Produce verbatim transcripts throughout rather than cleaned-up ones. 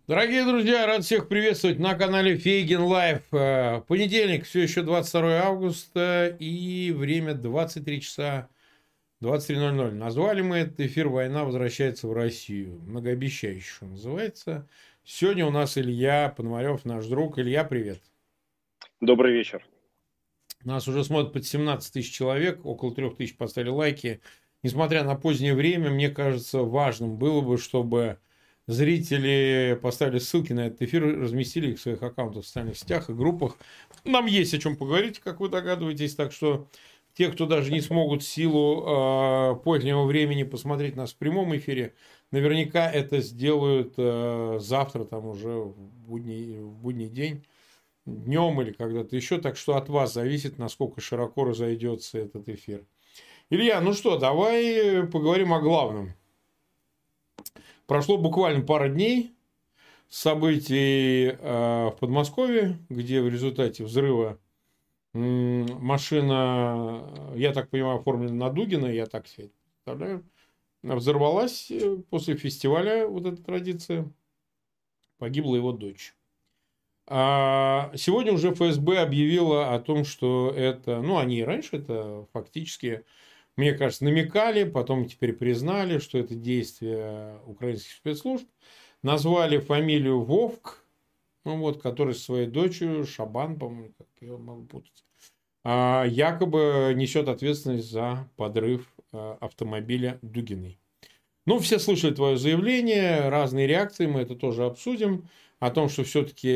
Дорогие друзья, рад всех приветствовать на канале Фейгин Лайв. Э, Понедельник, все еще двадцать второе августа и время двадцать три часа двадцать три ноль ноль. Назвали мы этот эфир «Война возвращается в Россию». Многообещающе, что называется. Сегодня у нас Илья Пономарев, наш друг. Илья, привет. Добрый вечер. Нас уже смотрят под семнадцать тысяч человек, около трех тысяч поставили лайки. Несмотря на позднее время, мне кажется, важным было бы, чтобы зрители поставили ссылки на этот эфир, разместили их в своих аккаунтах в социальных сетях и группах. Нам есть о чем поговорить, как вы догадываетесь. Так что те, кто даже не смогут в силу э, позднего времени посмотреть нас в прямом эфире, наверняка это сделают э, завтра, там уже в будний, в будний день, днем или когда-то еще. Так что от вас зависит, насколько широко разойдется этот эфир. Илья, ну что, давай поговорим о главном. Прошло буквально пара дней событий э, в Подмосковье, где в результате взрыва м, машина, я так понимаю, оформлена на Дугина, я так себе представляю, взорвалась после фестиваля, вот эта традиция, погибла его дочь. А сегодня уже эф эс бэ объявила о том, что это, ну, они и раньше это фактически, мне кажется, намекали, потом теперь признали, что это действие украинских спецслужб. Назвали фамилию Вовк, ну вот, который со своей дочерью, Шабан, по-моему, как ее могу путать, а, якобы несет ответственность за подрыв а, автомобиля Дугиной. Ну, все слышали твое заявление, разные реакции, мы это тоже обсудим. О том, что все-таки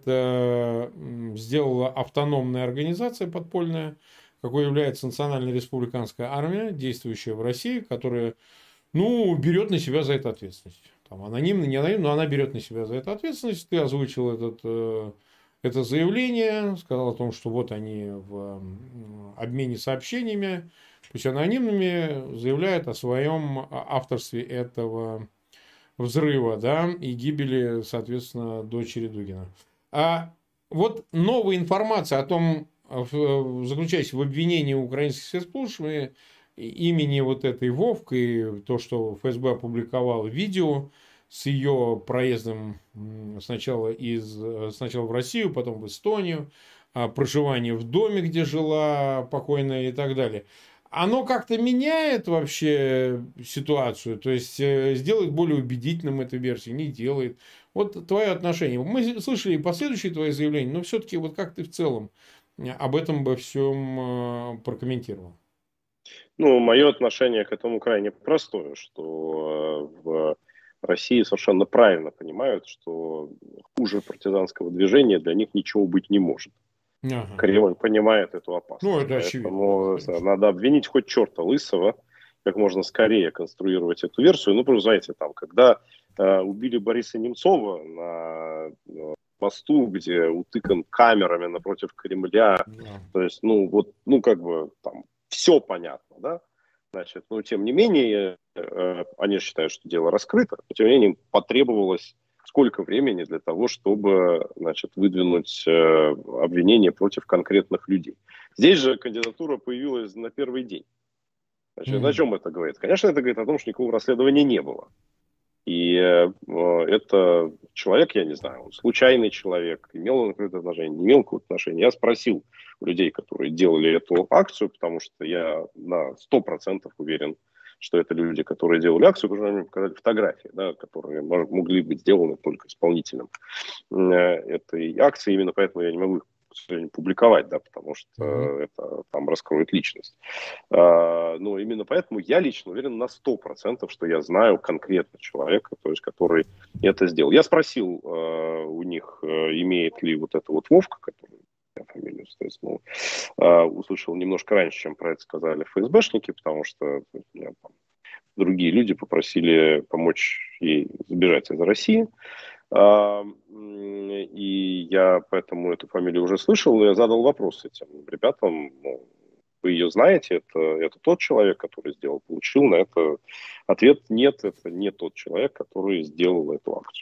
это сделала автономная организация подпольная, какой является Национальная республиканская армия, действующая в России, которая, ну, берет на себя за это ответственность. Там, анонимно, не анонимно, но она берет на себя за это ответственность. Ты озвучил этот, э, это заявление, сказал о том, что вот они в обмене сообщениями, пусть анонимными, заявляют о своем авторстве этого взрыва, да, и гибели, соответственно, дочери Дугина. А вот новая информация о том, заключаясь в обвинении украинских спецслужб, имени вот этой Вовк, и то, что эф эс бэ опубликовал видео с ее проездом сначала, из, сначала в Россию, потом в Эстонию, проживание в доме, где жила покойная и так далее. Оно как-то меняет вообще ситуацию, то есть сделает более убедительным эту версию, не делает. Вот твое отношение. Мы слышали и последующие твои заявления, но все-таки вот как ты в целом об этом бы всем прокомментировал? Ну, мое отношение к этому крайне простое, что э, в России совершенно правильно понимают, что хуже партизанского движения для них ничего быть не может. Ага. Кремль понимает эту Ну, опасность, это очевидно, да, поэтому конечно. надо обвинить хоть черта лысого, как можно скорее конструировать эту версию. Ну, просто, знаете, там, когда э, убили Бориса Немцова на э, мосту, где утыкан камерами напротив Кремля, Да. то есть, ну, вот, ну, как бы, там, все понятно, да? Значит, но тем не менее, э, они считают, что дело раскрыто, но тем не менее потребовалось сколько времени для того, чтобы, значит, выдвинуть э, обвинение против конкретных людей. Здесь же кандидатура появилась на первый день. Значит, о Мгм. чем это говорит? Конечно, это говорит о том, что никакого расследования не было. И э, это человек, я не знаю, он случайный человек, имел он какое-то отношение, не имел какого-то отношения. Я спросил у людей, которые делали эту акцию, потому что я на сто процентов уверен, что это люди, которые делали акцию, потому что они показали фотографии, да, которые могли быть сделаны только исполнителем э, этой акции. Именно поэтому я не могу их, к сожалению, публиковать, да, потому что Мгм. это там раскроет личность. А, но именно поэтому я лично уверен на сто процентов, что я знаю конкретно человека, то есть, который это сделал. Я спросил э, у них, э, имеет ли вот это вот Вовка, который я фамилию, соответственно, э, услышал немножко раньше, чем про это сказали эф эс бэшники, потому что меня там другие люди попросили помочь ей сбежать из России. А, и я поэтому эту фамилию уже слышал, но я задал вопрос этим ребятам, ну, вы ее знаете, это, это тот человек, который сделал, получил на это ответ: нет, это не тот человек, который сделал эту акцию.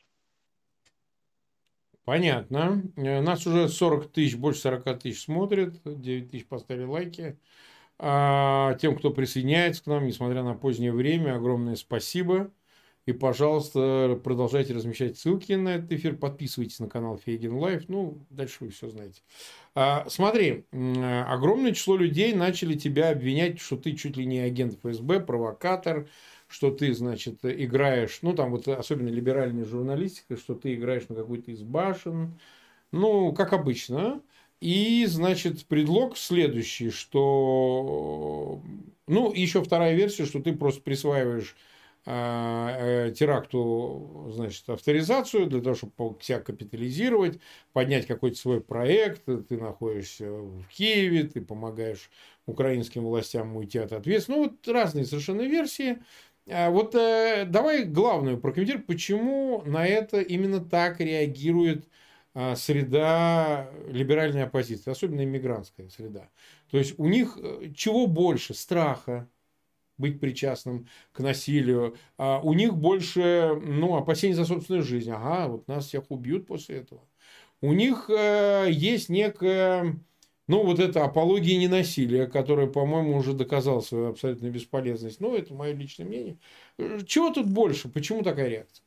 Понятно. Э, Нас уже сорок тысяч, больше сорока тысяч смотрят, девять тысяч поставили лайки. А тем, кто присоединяется к нам, несмотря на позднее время, огромное спасибо. И, пожалуйста, продолжайте размещать ссылки на этот эфир. Подписывайтесь на канал Фейгин Лайв. Ну, дальше вы все знаете. А, смотри, огромное число людей начали тебя обвинять, что ты чуть ли не агент эф эс бэ, провокатор, что ты, значит, играешь, ну, там вот особенно либеральная журналистика, что ты играешь на какой-то из башен. Ну, как обычно. И, значит, предлог следующий, что... Ну, еще вторая версия, что ты просто присваиваешь э, э, теракту, значит, авторизацию для того, чтобы себя капитализировать, поднять какой-то свой проект. Ты находишься в Киеве, ты помогаешь украинским властям уйти от ответственности. Ну, вот разные совершенно версии. А вот э, давай главную прокомментируй, почему на это именно так реагирует среда либеральной оппозиции, особенно иммигрантская среда. То есть у них чего больше? Страха быть причастным к насилию. А у них больше, ну, опасений за собственную жизнь. Ага, вот нас всех убьют после этого. У них э, есть некая, ну, вот эта апология ненасилия, которая, по-моему, уже доказала свою абсолютную бесполезность. Ну, это мое личное мнение. Чего тут больше? Почему такая реакция?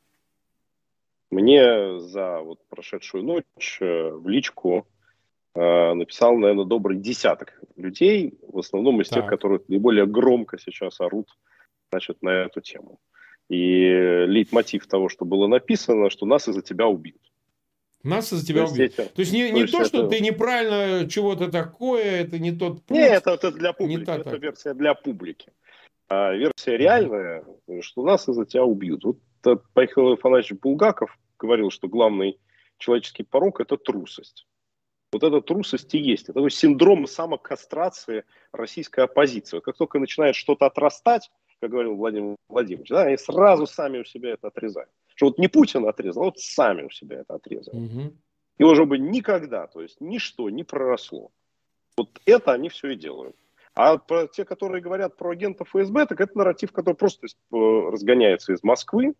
Мне за вот прошедшую ночь э, в личку э, написал, наверное, добрый десяток людей, в основном из тех, Так. которые наиболее громко сейчас орут, значит, на эту тему. И лейтмотив того, что было написано, что нас из-за тебя убьют. Нас из-за тебя То убьют. эти, То есть не, то, не есть то, что это... ты неправильно чего-то такое, это не тот путь. Не, это, это для публики, не так, это так. версия для публики. А версия реальная, uh-huh. что нас из-за тебя убьют. Вот Михаил Афанасьевич Булгаков говорил, что главный человеческий порок – это трусость. Вот эта трусость и есть. Это такой синдром самокастрации российской оппозиции. Вот как только начинает что-то отрастать, как говорил Владимир Владимирович, да, они сразу сами у себя это отрезают. Что вот не Путин отрезал, а вот сами у себя это отрезают. Угу. И уже бы никогда, то есть ничто не проросло. Вот это они все и делают. А про те, которые говорят про агентов эф эс бэ, так это нарратив, который просто разгоняется из Москвы.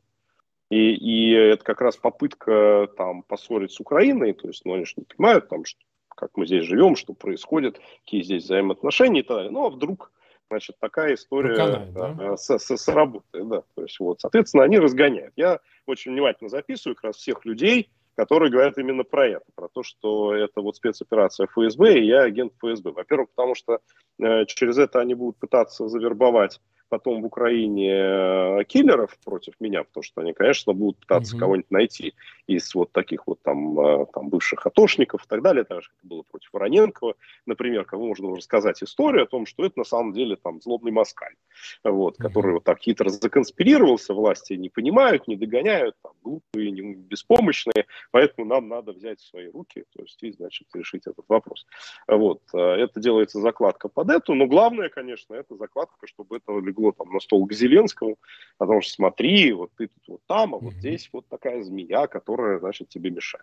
И, и это как раз попытка там поссорить с Украиной. То есть, ну, они же не понимают, там, что, как мы здесь живем, что происходит, какие здесь взаимоотношения и так далее. Ну, а вдруг, значит, такая история Проканает, да? с, с, сработает. Да. То есть, вот, соответственно, они разгоняют. Я очень внимательно записываю как раз всех людей, которые говорят именно про это, про то, что это вот спецоперация эф эс бэ, и я агент эф эс бэ. Во-первых, потому что э, через это они будут пытаться завербовать потом в Украине э, киллеров против меня, потому что они, конечно, будут пытаться Угу. кого-нибудь найти из вот таких вот там, э, там бывших атошников и так далее, так же, как было против Вороненкова, например, кому можно рассказать историю о том, что это на самом деле там злобный москаль, вот, Угу. который вот так хитро законспирировался, власти не понимают, не догоняют, там, глупые, не, беспомощные, поэтому нам надо взять в свои руки, то есть, и, значит, решить этот вопрос. Вот. Это делается закладка под эту, но главное, конечно, это закладка, чтобы это легло там на стол к Зеленскому, потому что смотри, вот ты тут вот там, а вот Угу. здесь вот такая змея, которая, значит, тебе мешает.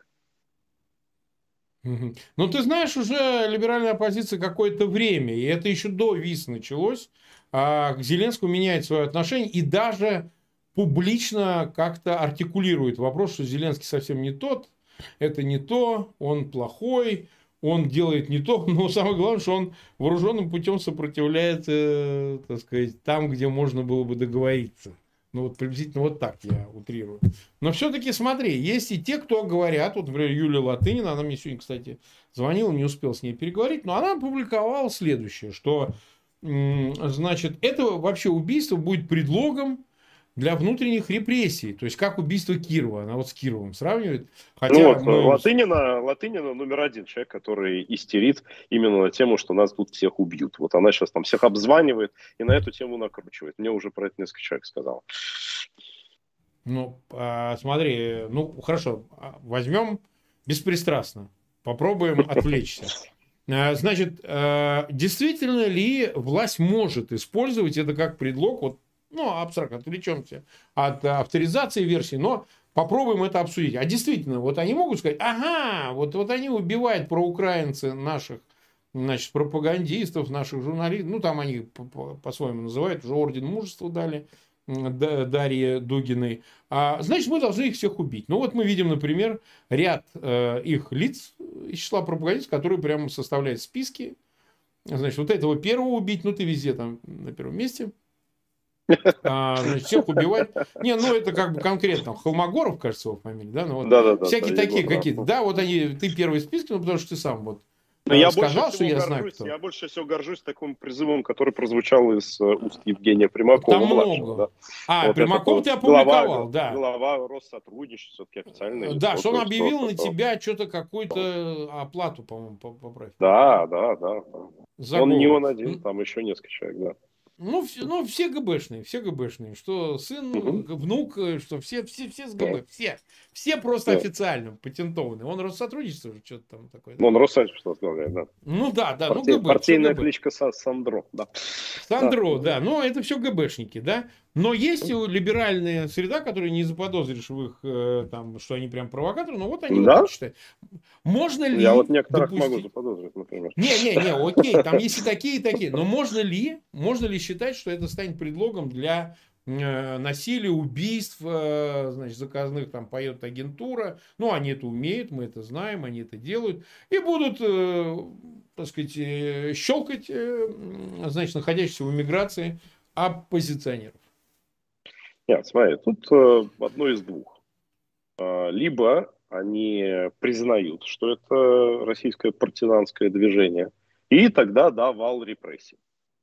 Угу. Ну, ты знаешь, уже либеральная оппозиция какое-то время, и это еще до ВИС началось, а к Зеленскому меняет свое отношение и даже публично как-то артикулирует вопрос, что Зеленский совсем не тот, это не то, он плохой, он делает не то, но самое главное, что он вооруженным путем сопротивляется, так сказать, там, где можно было бы договориться. Ну, вот приблизительно вот так я утрирую. Но все-таки смотри, есть и те, кто говорят, вот, например, Юлия Латынина, она мне сегодня, кстати, звонила, не успел с ней переговорить, но она опубликовала следующее, что, значит, это вообще убийство будет предлогом для внутренних репрессий. То есть, как убийство Кирова. Она вот с Кировым сравнивает. Хотя ну вот, мы... Латынина, Латынина номер один человек, который истерит именно на тему, что нас тут всех убьют. Вот она сейчас там всех обзванивает и на эту тему накручивает. Мне уже про это несколько человек сказал. Ну, смотри, ну, хорошо, возьмем беспристрастно. Попробуем отвлечься. Значит, действительно ли власть может использовать это как предлог, вот, ну, абстрактно, отвлечемся от авторизации версии, но попробуем это обсудить. А действительно, вот они могут сказать, ага, вот, вот они убивают проукраинцы наших, значит, пропагандистов, наших журналистов, ну, там они по-своему называют, уже орден мужества дали Дарье Дугиной. А, значит, мы должны их всех убить. Ну, вот мы видим, например, ряд э, их лиц из числа пропагандистов, которые прямо составляют списки. Значит, вот этого первого убить, ну, ты везде там на первом месте. А, значит, всех убивать. Не, ну это как бы конкретно. Холмогоров, кажется, его фамилия, да? Ну, вот Да, да, да. всякие да, такие Егор, какие-то. да. Да, вот они, ты первый в списке, ну, потому что ты сам вот Но э, я больше сказал, что всего я знаю, горжусь, кто. я больше всего горжусь таким призывом, который прозвучал из э, уст Евгения Там Примакова-младшего, да. много. А, Вот это Примаков вот тебя глава, опубликовал, да. глава Россотрудничества, все-таки официальное Э, Да, лицо, что то он есть объявил на Россотрудничество. тебя что-то какую-то оплату, по-моему, поправь меня, да? Да, да, да. да. За Он не голову. он один, там еще несколько человек, да. Ну, все, ну, все ГБшные, все ГБшные. Что сын, Мгм. внук, э, что все, все, все с Да, ГБ. Все. Все просто да. официально патентованные. Он Россотрудничество же что-то там такое, да? Он Россотрудничество возглавляет, да. Ну да, да, ну Партий- ГБ, все партийная ГБ. кличка Са- Сандро, да. Да. Сандро, да, но это все ГБшники, да. Но есть у либеральная среда, которая не заподозришь в их, э, там, что они прям провокаторы, но вот они вот так Да? считают. Можно Я вот ли некоторых могу допустить... заподозрить, например. Не, не, не, окей, там есть и такие, и такие. Но можно ли, можно ли считать, что это станет предлогом для э, насилия, убийств, э, значит, заказных, там поет агентура. Ну, они это умеют, мы это знаем, они это делают. И будут, э, так сказать, э, щелкать, э, значит, находящихся в эмиграции оппозиционеров. Нет, смотри, тут э, одно из двух. Э, либо они признают, что это российское партизанское движение, и тогда, да, вал репрессий.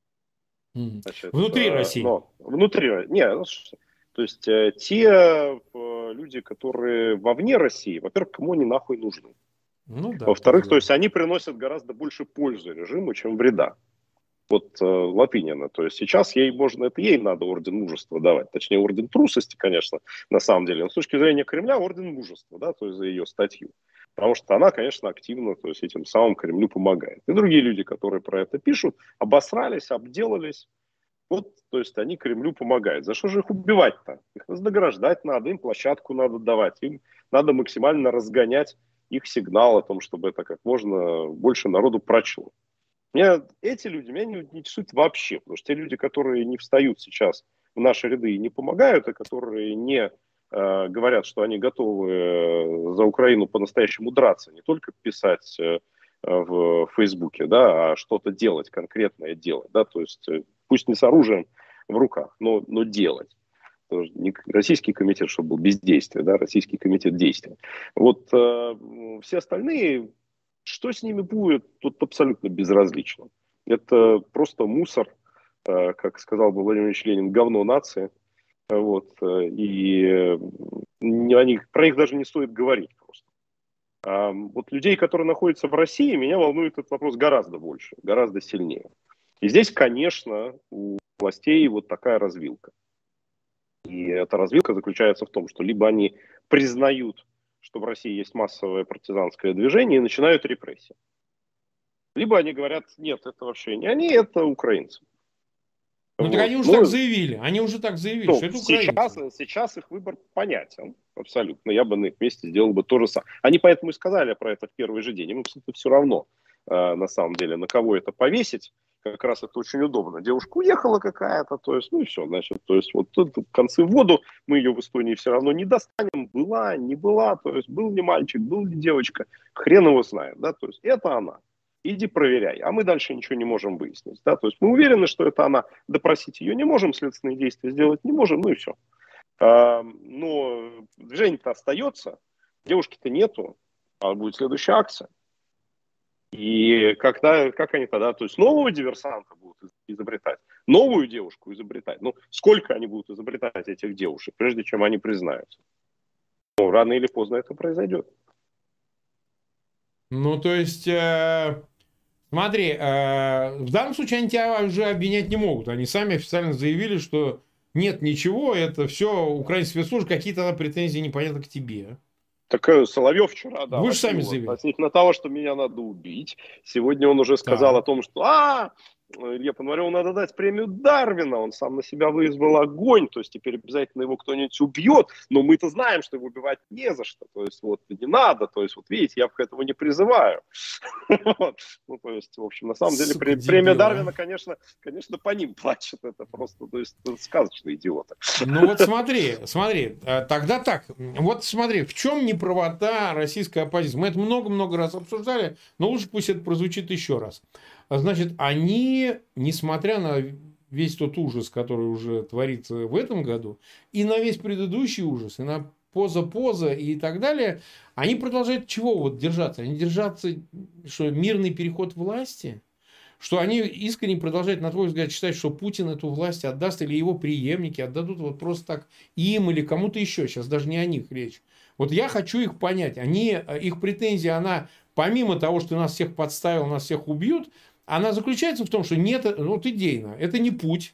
Мгм. Значит, Внутри э, России. но внутри, не, ну, что- то есть э, те э, люди, которые вовне России, во-первых, кому они нахуй нужны? Ну да, Во-вторых, тоже то верно. есть они приносят гораздо больше пользы режиму, чем вреда. Вот э, Лапинина, то есть сейчас ей можно, это ей надо орден мужества давать, точнее орден трусости, конечно, на самом деле, но с точки зрения Кремля орден мужества, да, то есть за ее статью, потому что она, конечно, активно, то есть этим самым Кремлю помогает. И другие люди, которые про это пишут, обосрались, обделались, вот, то есть они Кремлю помогают. За что же их убивать-то? Их вознаграждать надо, им площадку надо давать, им надо максимально разгонять их сигнал о том, чтобы это как можно больше народу прочло. Меня эти люди меня не, не интересуют вообще, потому что те люди, которые не встают сейчас в наши ряды и не помогают, и которые не э, говорят, что они готовы э, за Украину по-настоящему драться, не только писать э, в Фейсбуке, да, а что-то делать, конкретное делать, да, то есть э, пусть не с оружием в руках, но, но делать. Тоже не российский комитет, чтобы был бездействие, да, российский комитет действия. Вот э, все остальные, что с ними будет, тут абсолютно безразлично. Это просто мусор, э, как сказал бы Владимир Ильич Ленин, говно нации. Вот, э, и э, они, про них даже не стоит говорить просто. А вот людей, которые находятся в России, меня волнует этот вопрос гораздо больше, гораздо сильнее. И здесь, конечно, у властей вот такая развилка. И эта развилка заключается в том, что либо они признают, что в России есть массовое партизанское движение и начинают репрессии. Либо они говорят, нет, это вообще не они, это украинцы. Ну так Вот. они уже так Ну, заявили. Они уже так заявили, что ну, это сейчас, украинцы. сейчас их выбор понятен, абсолютно. Я бы на их месте сделал бы то же самое. Они поэтому и сказали про это в первый же день. Им, кстати, все равно, э, на самом деле, на кого это повесить. Как раз это очень удобно. Девушка уехала какая-то, то есть, ну и все, значит, то есть, вот тут концы в воду, мы ее в Эстонии все равно не достанем, была, не была, то есть, был ли мальчик, был ли девочка, хрен его знает, да, то есть, это она. Иди проверяй, а мы дальше ничего не можем выяснить, да, то есть, мы уверены, что это она, допросить ее не можем, следственные действия сделать не можем, ну и все. А, но движение-то остается, девушки-то нету, а будет следующая акция. И когда, как они тогда, то есть нового диверсанта будут изобретать, новую девушку изобретать. Ну, сколько они будут изобретать этих девушек, прежде чем они признаются? Ну, рано или поздно это произойдет. Ну, то есть, э, смотри, э, в данном случае они тебя уже обвинять не могут. Они сами официально заявили, что нет ничего, это все украинские спецслужбы, какие-то претензии непонятно к тебе. Так Соловьев вчера, да, Вы же сами вопил заявили. относительно того, что меня надо убить. Сегодня он уже сказал Так. о том, что а, Илье Пономареву надо дать премию Дарвина, он сам на себя вызвал огонь, то есть теперь обязательно его кто-нибудь убьет, но мы-то знаем, что его убивать не за что, то есть вот не надо, то есть вот видите, я к этому не призываю. Ну, то есть, в общем, на самом деле премия Дарвина, конечно, конечно, по ним плачет, это просто, то есть, сказочные идиоты. Ну вот смотри, смотри, тогда так, вот смотри, в чем неправота российской оппозиции? Мы это много-много раз обсуждали, но лучше пусть это прозвучит еще раз. Значит, они, несмотря на весь тот ужас, который уже творится в этом году, и на весь предыдущий ужас, и на поза-поза и так далее, они продолжают чего вот держаться? Они держатся, что мирный переход власти? Что они искренне продолжают, на твой взгляд, считать, что Путин эту власть отдаст, или его преемники отдадут вот просто так им или кому-то еще. Сейчас даже не о них речь. Вот я хочу их понять. Они, их претензия, она, помимо того, что нас всех подставил, нас всех убьют, она заключается в том, что нет, вот идейно, это не путь.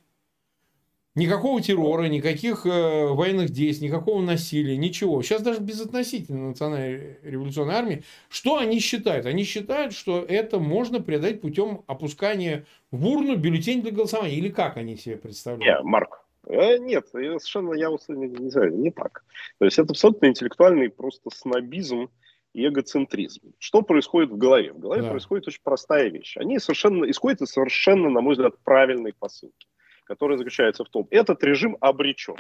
Никакого террора, никаких э, военных действий, никакого насилия, ничего. Сейчас даже безотносительно национальной революционной армии. Что они считают? Они считают, что это можно преодолеть путем опускания в урну бюллетень для голосования. Или как они себе представляют? Нет, Марк, э, нет, я совершенно, я вот не, не знаю, не так. То есть это абсолютно интеллектуальный просто снобизм и эгоцентризм. Что происходит в голове? В голове Да. происходит очень простая вещь. Они совершенно исходят из совершенно, на мой взгляд, правильной посылки, которая заключается в том, этот режим обречен.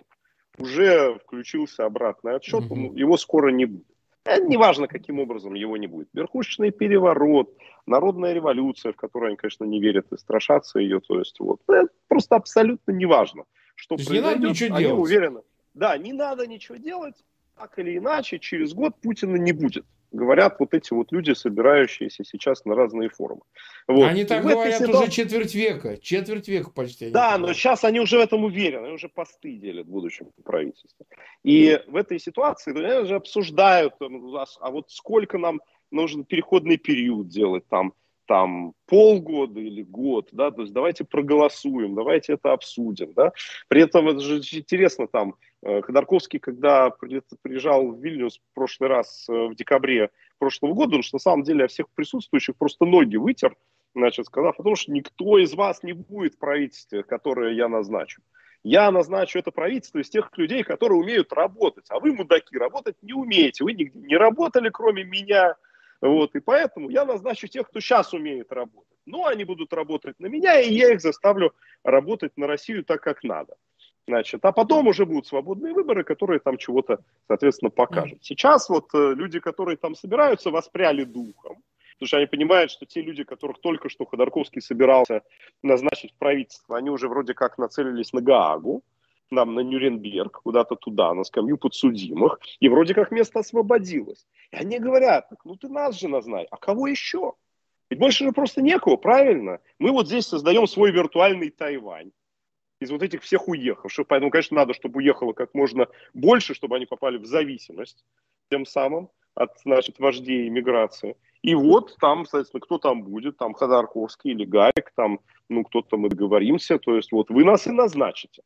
Уже включился обратный отсчет, Угу. его скоро не будет. Это неважно, каким образом его не будет. Верхушечный переворот, народная революция, в которую они, конечно, не верят и страшатся ее. То есть, вот, это просто абсолютно неважно, что То есть произойдет. не надо ничего они делать. уверены. Да, не надо ничего делать. Так или иначе, через год Путина не будет. Говорят вот эти вот люди, собирающиеся сейчас на разные форумы. Вот. Они так говорят ситуации... уже четверть века. Четверть века почти. Они да, говорят. Но сейчас они уже в этом уверены. Они уже посты делят будущему правительству. И в этой ситуации они же обсуждают, а вот сколько нам нужен переходный период делать, там, там полгода или год, да, то есть давайте проголосуем, давайте это обсудим, да. При этом это же интересно, там, Ходорковский, когда приезжал в Вильнюс в прошлый раз, в декабре прошлого года, он же на самом деле о всех присутствующих просто ноги вытер, значит, сказав о том, что никто из вас не будет в правительстве, которое я назначу. Я назначу это правительство из тех людей, которые умеют работать, а вы, мудаки, работать не умеете, вы нигде не работали, кроме меня. Вот, и поэтому я назначу тех, кто сейчас умеет работать. Но они будут работать на меня, и я их заставлю работать на Россию так, как надо. Значит, а потом уже будут свободные выборы, которые там чего-то, соответственно, покажут. Сейчас вот люди, которые там собираются, воспряли духом, потому что они понимают, что те люди, которых только что Ходорковский собирался назначить в правительство, они уже вроде как нацелились на Гаагу, нам на Нюрнберг, куда-то туда, на скамью подсудимых, и вроде как место освободилось. И они говорят, ну ты нас же назначь, а кого еще? Ведь больше же просто некого, правильно? Мы вот здесь создаем свой виртуальный Тайвань из вот этих всех уехавших, поэтому, конечно, надо, чтобы уехало как можно больше, чтобы они попали в зависимость тем самым от, значит, вождей иммиграции. И вот там, соответственно, кто там будет, там Ходорковский или Гарик, там, ну, кто-то мы договоримся, то есть вот вы нас и назначите.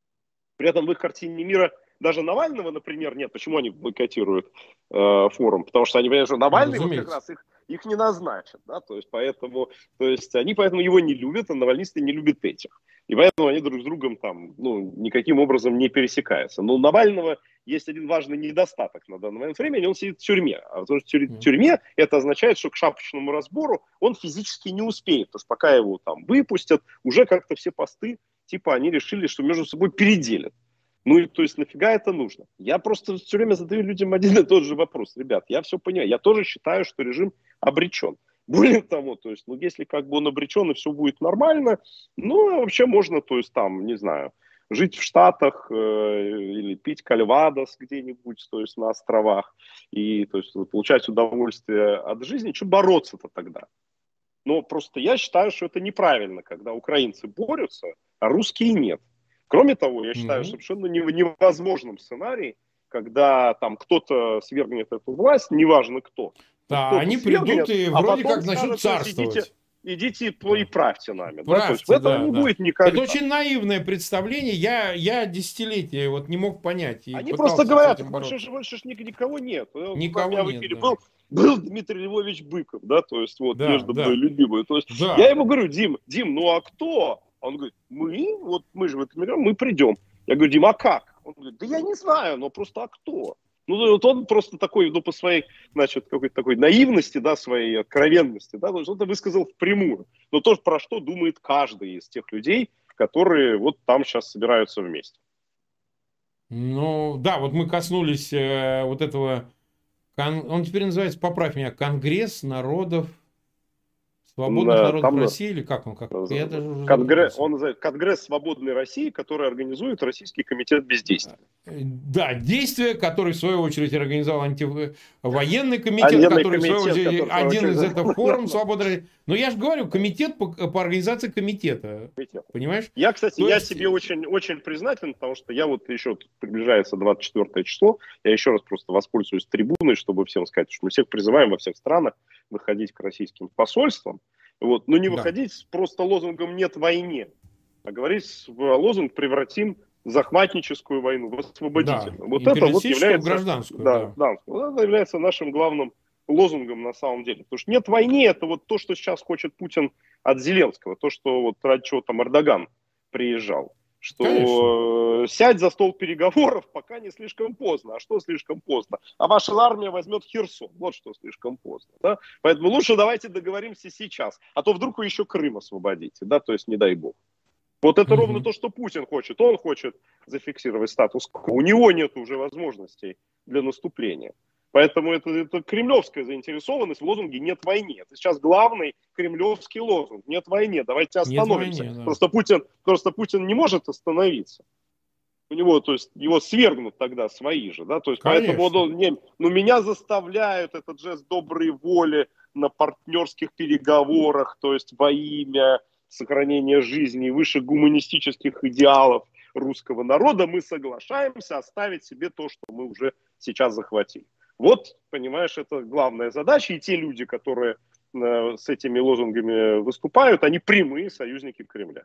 При этом в их картине мира даже Навального, например, нет. Почему они бойкотируют э, форум? Потому что они понимают, что Навальный вот как раз их, их не назначит. Да? То есть, поэтому, то есть они поэтому его не любят, а навальнисты не любят этих. И поэтому они друг с другом там, ну, никаким образом не пересекаются. Но у Навального есть один важный недостаток на данный момент времени. Он сидит в тюрьме. А потому что в тюрьме это означает, что к шапочному разбору он физически не успеет. Потому что пока его там выпустят, уже как-то все посты, типа они решили, что между собой переделят. Ну, и, то есть, нафига это нужно? Я просто все время задаю людям один и тот же вопрос. Ребят, я все понимаю. Я тоже считаю, что режим обречен. Более того, то есть, ну, если как бы он обречен и все будет нормально, ну, вообще можно, то есть, там, не знаю, жить в Штатах э, или пить кальвадос где-нибудь, то есть, на островах, и, то есть, получать удовольствие от жизни. Что бороться-то тогда? Но просто я считаю, что это неправильно, когда украинцы борются, а русские нет. Кроме того, я считаю, что совершенно невозможным сценарий, когда там кто-то свергнет эту власть, неважно кто. Да, они придут и а вроде как начнут царствовать. Идите, идите да. и правьте нами. Правьте, да? То есть в этом да, не да. будет никогда. Это очень наивное представление. Я, я десятилетия вот не мог понять. И они просто говорят, больше же никого нет. Никого меня нет, в эфире да. был, был Дмитрий Львович Быков, да, то есть вот да, между да. мной любимый. То есть да. я ему говорю, Дим, Дим, ну а кто? Он говорит, мы, вот мы же в этом мире, мы придем. Я говорю, Дим, а как? Он говорит, да я не знаю, но просто а кто? Ну, вот он просто такой, ну, по своей, значит, какой-то такой наивности, да, своей откровенности, да, то есть он это высказал впрямую. Но то, про что думает каждый из тех людей, которые вот там сейчас собираются вместе. Ну, да, вот мы коснулись э, вот этого, кон... он теперь называется, поправь меня, Конгресс народов Свободных народов Там, России или как он? Как? Я даже уже Конгресс, он называется Конгресс Свободной России, который организует Российский комитет бездействия. Да, действия, который в свою очередь организовал антивоенный комитет, Военный который комитет, в свою очередь который, один очередь, из этого форум свободы России. Но я же говорю, комитет по, по организации комитета. Комитет. Понимаешь? Я, кстати, То я есть... тебе очень, очень признателен, потому что я вот еще приближается двадцать четвёртое число, я еще раз просто воспользуюсь трибуной, чтобы всем сказать, что мы всех призываем во всех странах выходить к российским посольствам. Вот, но не да. выходить с просто лозунгом «нет войне», а говорить лозунг «превратим захватническую войну в освободительную». Да. Вот это вот является, гражданскую, да, да. Да, вот это является нашим главным лозунгом на самом деле. Потому что «нет войне» — это вот то, что сейчас хочет Путин от Зеленского, то, что вот ради чего там Эрдоган приезжал. Что Конечно. Сядь за стол переговоров, пока не слишком поздно. А что слишком поздно? А ваша армия возьмет Херсон. Вот что слишком поздно. Да? Поэтому лучше давайте договоримся сейчас. А то вдруг вы еще Крым освободите. Да? То есть не дай бог. Вот это угу. ровно то, что Путин хочет. Он хочет зафиксировать статус-кво. У него нет уже возможностей для наступления. Поэтому это, это кремлевская заинтересованность в лозунге «нет войне». Это сейчас главный кремлевский лозунг. «Нет войне, давайте остановимся». Войне, да. просто, Путин, просто Путин не может остановиться. У него, то есть, его свергнут тогда свои же. Да? То есть, поэтому он, не, ну, меня заставляют этот жест доброй воли на партнерских переговорах, то есть во имя сохранения жизни выше гуманистических идеалов русского народа мы соглашаемся оставить себе то, что мы уже сейчас захватили. Вот, понимаешь, это главная задача. И те люди, которые э, с этими лозунгами выступают, они прямые союзники Кремля.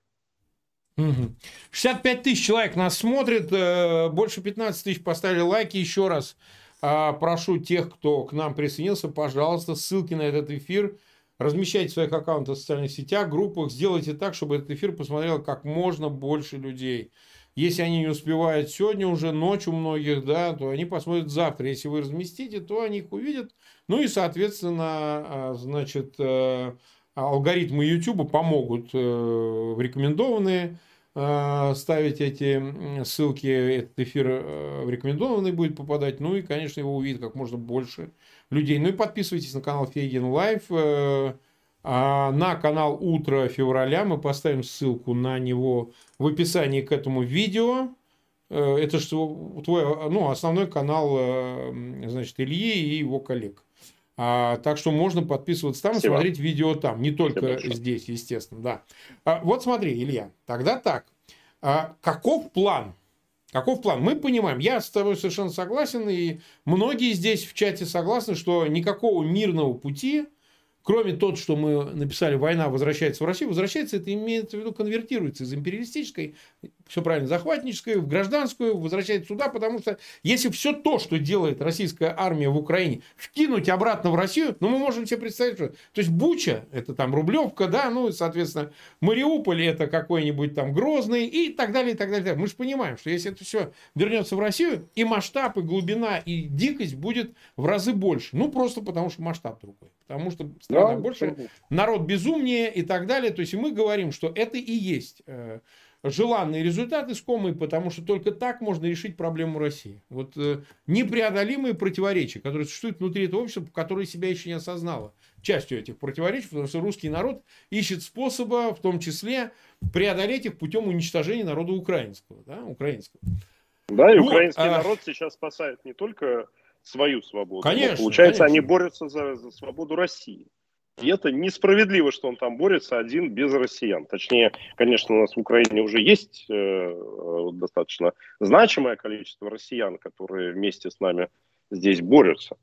шестьдесят пять тысяч человек нас смотрит. Больше пятнадцать тысяч поставили лайки. Еще раз прошу тех, кто к нам присоединился, пожалуйста, ссылки на этот эфир размещайте в своих аккаунтах в социальных сетях, группах. Сделайте так, чтобы этот эфир посмотрело как можно больше людей. Если они не успевают сегодня, уже ночь у многих, да, то они посмотрят завтра. Если вы разместите, то они их увидят. Ну и, соответственно, значит, алгоритмы YouTube помогут в рекомендованные ставить эти ссылки. Этот эфир в рекомендованный будет попадать. Ну и, конечно, его увидит как можно больше людей. Ну и подписывайтесь на канал Фейгин Лайв. А на канал «Утро февраля» мы поставим ссылку на него в описании к этому видео. Это же твой, ну, основной канал, значит, Ильи и его коллег. А, так что можно подписываться там Спасибо. И смотреть видео там. Не только здесь, естественно. Да. А, вот смотри, Илья, тогда так. А, каков план? Каков план? Мы понимаем, я с тобой совершенно согласен, и многие здесь в чате согласны, что никакого мирного пути, кроме того, что мы написали, война возвращается в Россию, возвращается, это имеется в виду, конвертируется из империалистической, все правильно, захватнической, в гражданскую, возвращается сюда, потому что если все то, что делает российская армия в Украине, вкинуть обратно в Россию, ну, мы можем себе представить, что... То есть, Буча, это там Рублевка, да, ну, соответственно, Мариуполь, это какой-нибудь там Грозный, и так далее, и так далее. Мы же понимаем, что если это все вернется в Россию, и масштаб, и глубина, и дикость будет в разы больше. Ну, просто потому что масштаб другой. Потому что страна да, больше, да. народ безумнее и так далее. То есть, мы говорим, что это и есть э, желанный результат искомый, потому что только так можно решить проблему России. Вот э, непреодолимые противоречия, которые существуют внутри этого общества, которое себя еще не осознало. Частью этих противоречий, потому что русский народ ищет способа, в том числе, преодолеть их путем уничтожения народа украинского. Да, украинского. да и вот, украинский а... народ сейчас спасает не только свою свободу. Конечно, получается, конечно. они борются за, за свободу России. И это несправедливо, что он там борется один без россиян. Точнее, конечно, у нас в Украине уже есть э, достаточно значимое количество россиян, которые вместе с нами здесь борются.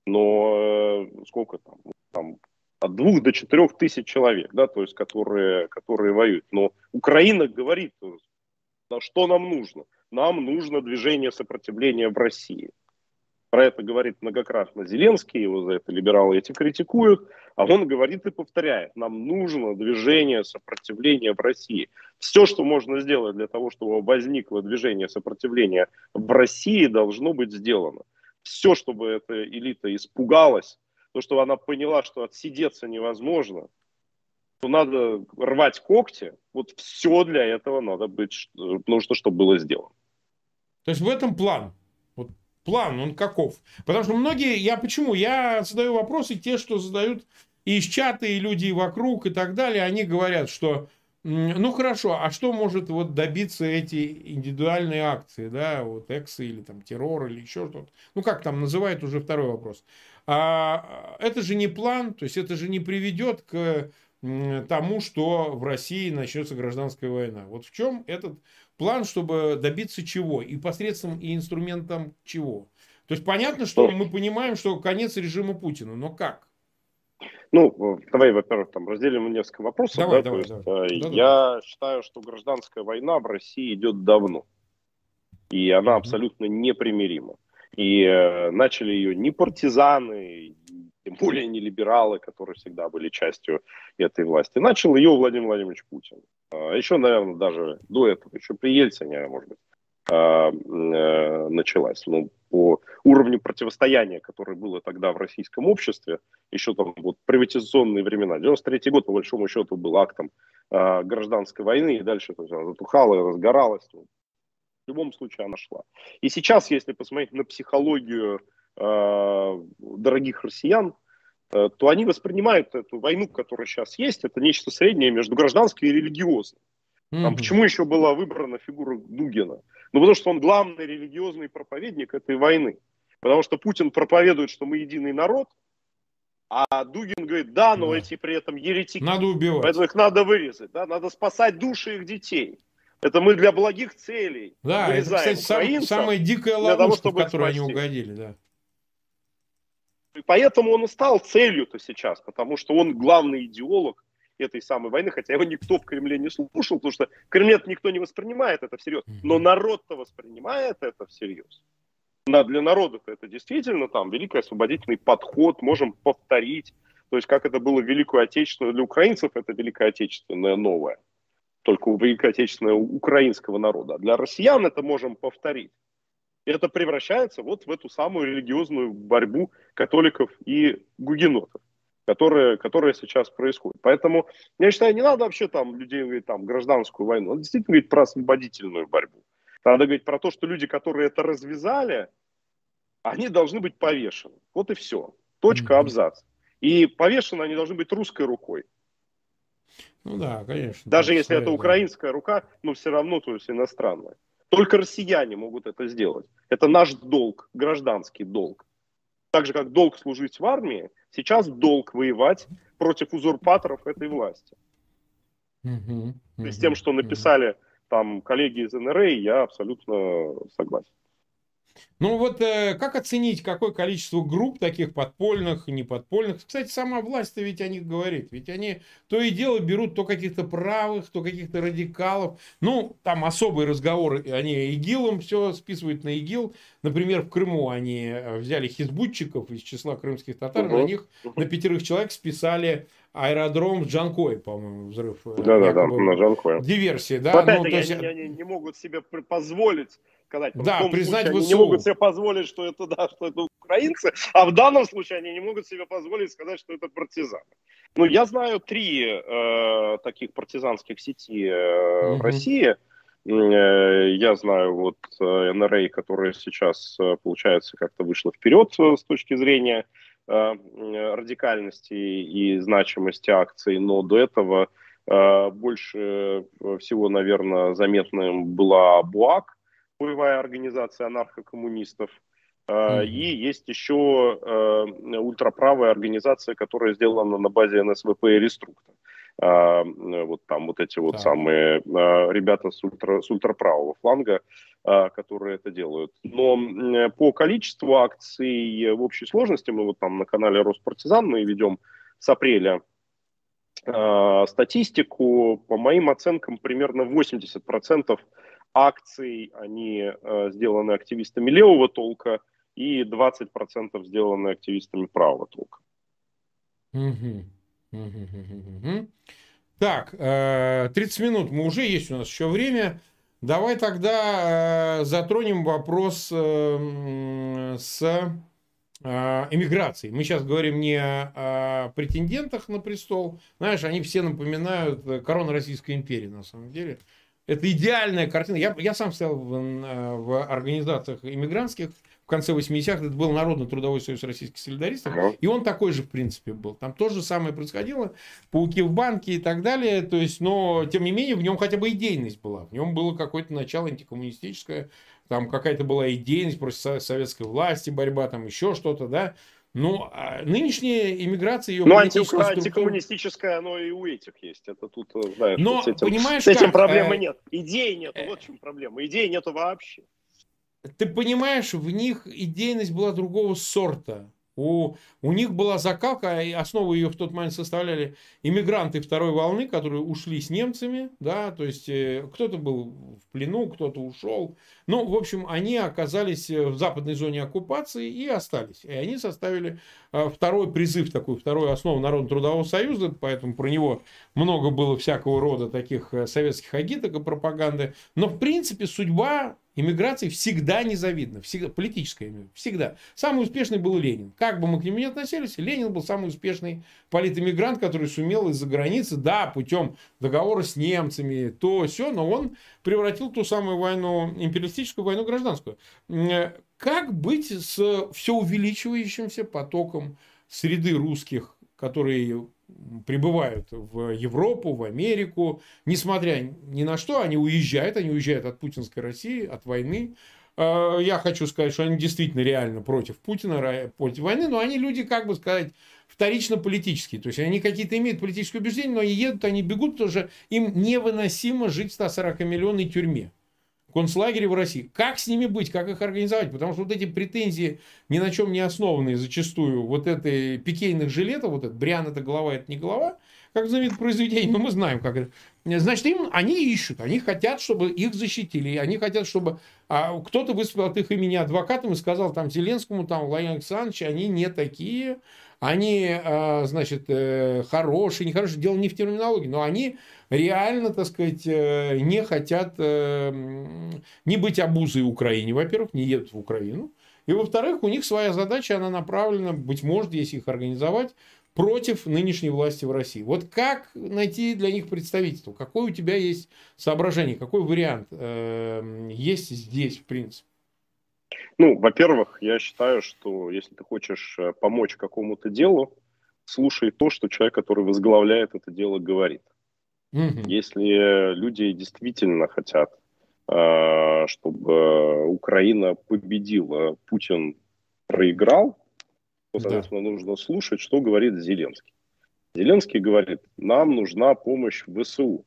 Но э, сколько там? там? От двух до четырех тысяч человек, да, то есть, которые, которые воюют. Но Украина говорит, что нам нужно. Нам нужно движение сопротивления в России. Про это говорит многократно Зеленский, его за это либералы эти критикуют, а он говорит и повторяет, нам нужно движение сопротивления в России. Все, что можно сделать для того, чтобы возникло движение сопротивления в России, должно быть сделано. Все, чтобы эта элита испугалась, то, что она поняла, что отсидеться невозможно, то надо рвать когти, вот все для этого надо быть, нужно, чтобы было сделано. То есть в этом план? План, он каков? Потому что многие, я почему? Я задаю вопросы, те, что задают И из чата, и люди вокруг, и так далее, они говорят, что ну хорошо, а что может вот добиться эти индивидуальные акции, да, вот эксы или там террор или еще что-то. Ну как там называют, уже второй вопрос. А это же не план, то есть это же не приведет к тому, что в России начнется гражданская война. Вот в чем этот план, чтобы добиться чего? И посредством, и инструментом чего? То есть понятно, что мы понимаем, что конец режима Путина, но как? Ну, давай, во-первых, там разделим несколько вопросов. Давай, да? давай, То есть, давай. э, Да, я да, да. считаю, что гражданская война в России идет давно. И она Угу. абсолютно непримирима. И э, начали ее не партизаны, тем более не либералы, которые всегда были частью этой власти. Начал ее Владимир Владимирович Путин. А еще, наверное, даже до этого, еще при Ельцине, может быть, а, э, началась. Ну, по уровню противостояния, которое было тогда в российском обществе, еще там вот приватизационные времена. девяносто третий год, по большому счету, был актом а, гражданской войны, и дальше то есть, она затухала и разгоралась. В любом случае она шла. И сейчас, если посмотреть на психологию э, дорогих россиян, э, то они воспринимают эту войну, которая сейчас есть, это нечто среднее между гражданской и религиозной. Там, Угу. почему еще была выбрана фигура Дугина? Ну, потому что он главный религиозный проповедник этой войны. Потому что Путин проповедует, что мы единый народ, а Дугин говорит, да, но Да. эти при этом еретики. Надо убивать. Поэтому их надо вырезать, да? Надо спасать души их детей. Это мы для благих целей Да, вырезаем это, кстати, украинцев сам, самая дикая для того, ловушка, в чтобы их которую они спасти. угодили. Да. И поэтому он и стал целью-то сейчас, потому что он главный идеолог этой самой войны, хотя его никто в Кремле не слушал, потому что в Кремле никто не воспринимает это всерьез, но народ-то воспринимает это всерьез. Для народа-то это действительно там великий освободительный подход, можем повторить, то есть как это было в Великую Отечественную, для украинцев это Великая Отечественная новая, только у Великой Отечественной украинского народа, а для россиян это можем повторить. И это превращается вот в эту самую религиозную борьбу католиков и гугенотов, которая, которая сейчас происходит. Поэтому, я считаю, не надо вообще там людей говорить там гражданскую войну, надо действительно говорить про освободительную борьбу. Надо говорить про то, что люди, которые это развязали, они должны быть повешены. Вот и все. Точка, абзац. И повешены они должны быть русской рукой. Ну да, конечно. Даже если своя, это да. украинская рука, но все равно, то есть иностранная. Только россияне могут это сделать. Это наш долг, гражданский долг. Так же, как долг служить в армии, сейчас долг воевать против узурпаторов этой власти. Угу, И с тем, что написали там коллеги из эн эр а, я абсолютно согласен. Ну вот э, как оценить, какое количество групп таких подпольных и неподпольных? Кстати, сама власть-то ведь о них говорит. Ведь они то и дело берут то каких-то правых, то каких-то радикалов. Ну, там особые разговоры, они ИГИЛом все списывают на ИГИЛ. Например, в Крыму они взяли хизбутчиков из числа крымских татар, угу. На них, угу. на пятерых человек списали аэродром в Джанкое, по-моему, взрыв. Да-да-да, на Джанкое. Диверсия, да. Но опять ну, то есть... они, они не могут себе позволить сказать, да, в том признать случае, ВСУ. они не могут себе позволить, что это, да, что это украинцы, а в данном случае они не могут себе позволить сказать, что это партизаны. Ну, я знаю три э, таких партизанских сети э, угу. в России. Э, я знаю вот эн эр а, которая сейчас, получается, как-то вышла вперед с точки зрения э, радикальности и значимости акций, но до этого э, больше всего, наверное, заметным была БУАК, боевая организация анархокоммунистов. Mm-hmm. И есть еще э, ультраправая организация, которая сделана на базе эн эс вэ пэ и Реструкта. Э, вот там вот эти вот так. самые э, ребята с, ультра, с ультраправого фланга, э, которые это делают. Но э, по количеству акций в общей сложности, мы вот там на канале Роспартизан мы ведем с апреля э, статистику, по моим оценкам, примерно восемьдесят процентов акций, они э, сделаны активистами левого толка, и двадцать процентов сделаны активистами правого толка. Угу. Угу, угу, угу. Так, э, тридцать минут мы уже, есть у нас еще время. Давай тогда э, затронем вопрос э, с э, эмиграцией. Мы сейчас говорим не о, о претендентах на престол. Знаешь, они все напоминают корону Российской империи, на самом деле. Это идеальная картина. Я, я сам стоял в, в организациях иммигрантских в конце восьмидесятых. Это был Народно-трудовой союз российских солидаристов. Ага. И он такой же, в принципе, был. Там то же самое происходило. Пауки в банке и так далее. То есть, но, тем не менее, в нем хотя бы идейность была. В нем было какое-то начало антикоммунистическое. Там какая-то была идейность против советской власти, борьба, там еще что-то, да. Ну, а нынешняя иммиграция, ее Ну, политическая анти- структура... антикоммунистическое, оно и у этих есть. Это тут, знаешь, вот с Но, этим, понимаешь с этим как? проблемы э, нет. Идей нету, вот в чем проблема. Идей нету вообще. Ты понимаешь, в них идейность была другого сорта. У, у них была закалка, и основу ее в тот момент составляли иммигранты второй волны, которые ушли с немцами, да, то есть э, кто-то был в плену, кто-то ушел. Ну, в общем, они оказались в западной зоне оккупации и остались. И они составили э, второй призыв, такую вторую основу Народно-трудового союза, поэтому про него много было всякого рода таких э, советских агиток и пропаганды. Но, в принципе, судьба иммиграции всегда незавидна. Всегда, политическая, всегда. Самый успешный был Ленин. Как бы мы к нему ни относились, Ленин был самый успешный политэмигрант, который сумел из-за границы, да, путем договора с немцами, то все, но он превратил ту самую войну, империалистическую войну, гражданскую. Как быть с все увеличивающимся потоком среды русских, которые прибывают в Европу, в Америку, несмотря ни на что, они уезжают, они уезжают от путинской России, от войны. Я хочу сказать, что они действительно реально против Путина, против войны, но они люди, как бы сказать, вторично политические. То есть они какие-то имеют политические убеждения, но они едут, они бегут, потому что им невыносимо жить в ста сорокамиллионной тюрьме. Концлагере в России. Как с ними быть, как их организовать? Потому что вот эти претензии, ни на чем не основанные зачастую, вот этой пикейных жилетов, вот этот Бриан это голова, это не голова, как знаменитое произведение, но мы знаем, как это. Значит, им, они ищут, они хотят, чтобы их защитили, они хотят, чтобы а, кто-то выступил от их имени адвокатом и сказал там Зеленскому, там Владимиру Александровичу, они не такие, они, а, значит, э, хорошие, нехорошие. Дело не в терминологии, но они реально, так сказать, э, не хотят э, не быть обузой Украине, во-первых, не едут в Украину. И, во-вторых, у них своя задача, она направлена, быть может, если их организовать, против нынешней власти в России. Вот как найти для них представительство? Какое у тебя есть соображение? Какой вариант э, есть здесь, в принципе? Ну, во-первых, я считаю, что если ты хочешь помочь какому-то делу, слушай то, что человек, который возглавляет это дело, говорит. Угу. Если люди действительно хотят, чтобы Украина победила, Путин проиграл, то, соответственно, да. нужно слушать, что говорит Зеленский. Зеленский говорит, нам нужна помощь в ВСУ.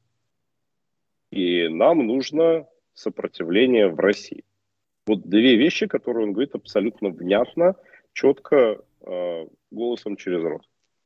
И нам нужно сопротивление в России. Вот две вещи, которые он говорит абсолютно внятно, четко, э, голосом через рот.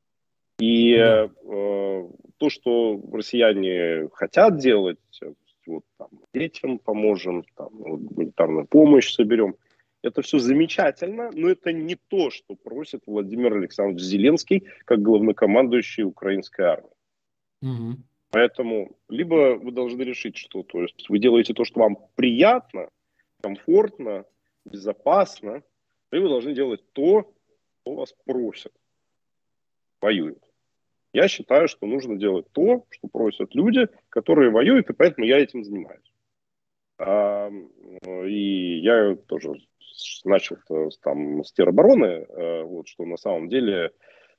И да. э, то, что россияне хотят делать, вот, там, детям поможем, там, вот, гуманитарную помощь соберем, это все замечательно, но это не то, что просит Владимир Александрович Зеленский как главнокомандующий украинской армией. Угу. Поэтому либо вы должны решить, что то есть вы делаете то, что вам приятно, комфортно, безопасно, либо вы должны делать то, что вас просят, воюют. Я считаю, что нужно делать то, что просят люди, которые воюют, и поэтому я этим занимаюсь. А, и я тоже начал там с теробороны, вот, что на самом деле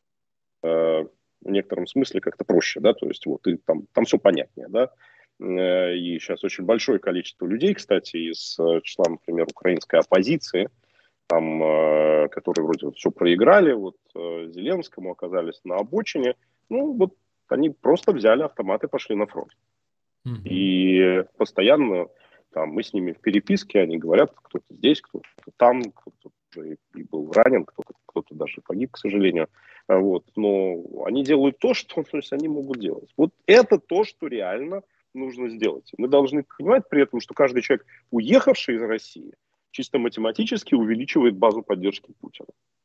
в некотором смысле как-то проще, да, то есть вот и там, там все понятнее, да, и сейчас очень большое количество людей, кстати, из числа, например, украинской оппозиции, там, которые вроде все проиграли, вот Зеленскому оказались на обочине, ну вот они просто взяли автоматы и пошли на фронт. Mm-hmm. И постоянно там мы с ними в переписке, они говорят, кто-то здесь, кто-то там, кто-то уже и был ранен, кто-то, кто-то даже погиб, к сожалению. Вот. Но они делают то, что то есть, они могут делать. Вот это то, что реально нужно сделать. Мы должны понимать при этом, что каждый человек, уехавший из России, чисто математически увеличивает базу поддержки Путина.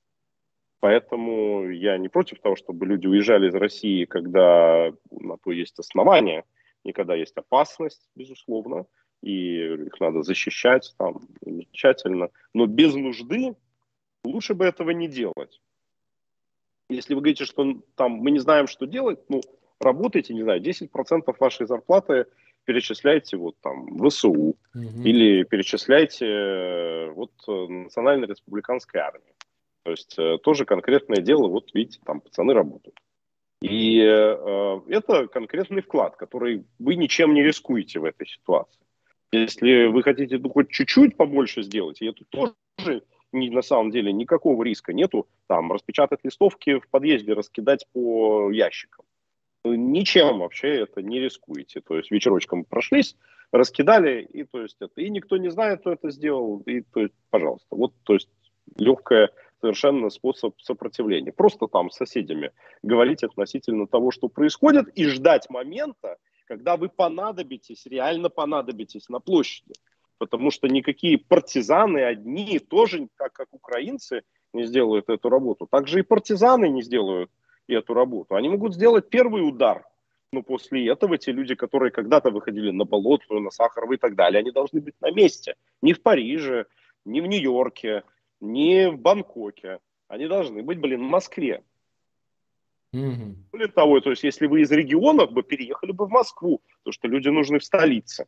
Поэтому я не против того, чтобы люди уезжали из России, когда на то есть основания, и когда есть опасность, безусловно, и их надо защищать, там, замечательно. Но без нужды лучше бы этого не делать. Если вы говорите, что там мы не знаем, что делать, ну, работайте, не знаю, десять процентов вашей зарплаты перечисляйте вот там вэ эс у Угу. или перечисляйте вот Национальной республиканской армии. То есть тоже конкретное дело, вот видите, там пацаны работают. И э, это конкретный вклад, который вы ничем не рискуете в этой ситуации. Если вы хотите ну, хоть чуть-чуть побольше сделать, и это тоже не, на самом деле никакого риска нету, там, распечатать листовки в подъезде, раскидать по ящикам. Ничем вообще это не рискуете. То есть вечерочком прошлись, раскидали, и, то есть, это, и никто не знает, кто это сделал, и, то есть, пожалуйста. Вот, то есть, легкая совершенно способ сопротивления. Просто там с соседями говорить относительно того, что происходит, и ждать момента, когда вы понадобитесь, реально понадобитесь на площади. Потому что никакие партизаны одни тоже, как, как украинцы, не сделают эту работу. Также и партизаны не сделают эту работу. Они могут сделать первый удар, но после этого те люди, которые когда-то выходили на Болотную, на Сахарова и так далее, они должны быть на месте. Не в Париже, не в Нью-Йорке, не в Бангкоке. Они должны быть, блин, в Москве. Угу. Более того, то есть, если вы из регионов, бы переехали бы в Москву, потому что люди нужны в столице.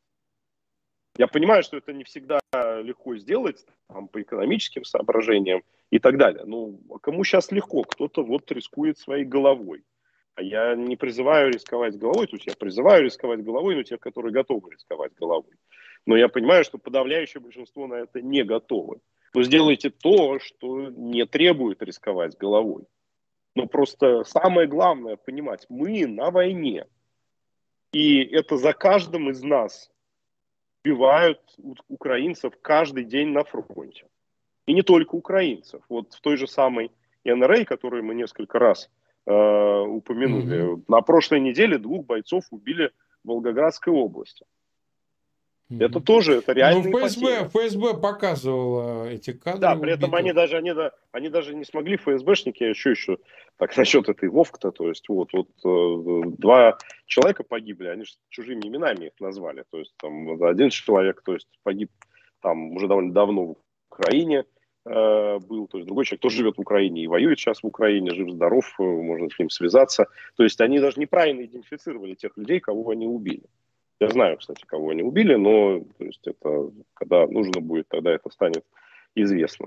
Я понимаю, что это не всегда легко сделать там, по экономическим соображениям и так далее. Ну, кому сейчас легко? Кто-то вот рискует своей головой. А я не призываю рисковать головой, то есть я призываю рисковать головой, но тех, которые готовы рисковать головой. Но я понимаю, что подавляющее большинство на это не готовы. Но сделайте то, что не требует рисковать головой. Но просто самое главное понимать, мы на войне. И это за каждым из нас убивают украинцев каждый день на фронте. И не только украинцев. Вот в той же самой эн эр а, которую мы несколько раз э, упомянули, mm-hmm. на прошлой неделе двух бойцов убили в Волгоградской области. Mm-hmm. Это тоже, это реальные ну, ФСБ, потери. эф эс бэ показывала эти кадры. Да, при этом они даже, они, они даже не смогли, эф эс бэшники, еще еще, так насчет этой Вовк-то, то есть вот, вот э, два человека погибли, они же чужими именами их назвали, то есть там один человек, то есть погиб там уже довольно давно в Украине э, был, то есть другой человек тоже живет в Украине и воюет сейчас в Украине, жив-здоров, можно с ним связаться, то есть они даже неправильно идентифицировали тех людей, кого они убили. Я знаю, кстати, кого они убили, но то есть это, когда нужно будет, тогда это станет известным.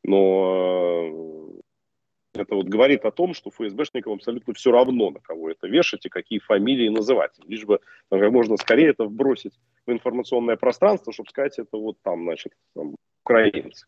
Но это вот говорит о том, что эф эс бэшникам абсолютно все равно, на кого это вешать и какие фамилии называть. Лишь бы там, как можно скорее это вбросить в информационное пространство, чтобы сказать, это вот там, значит, там, украинцы.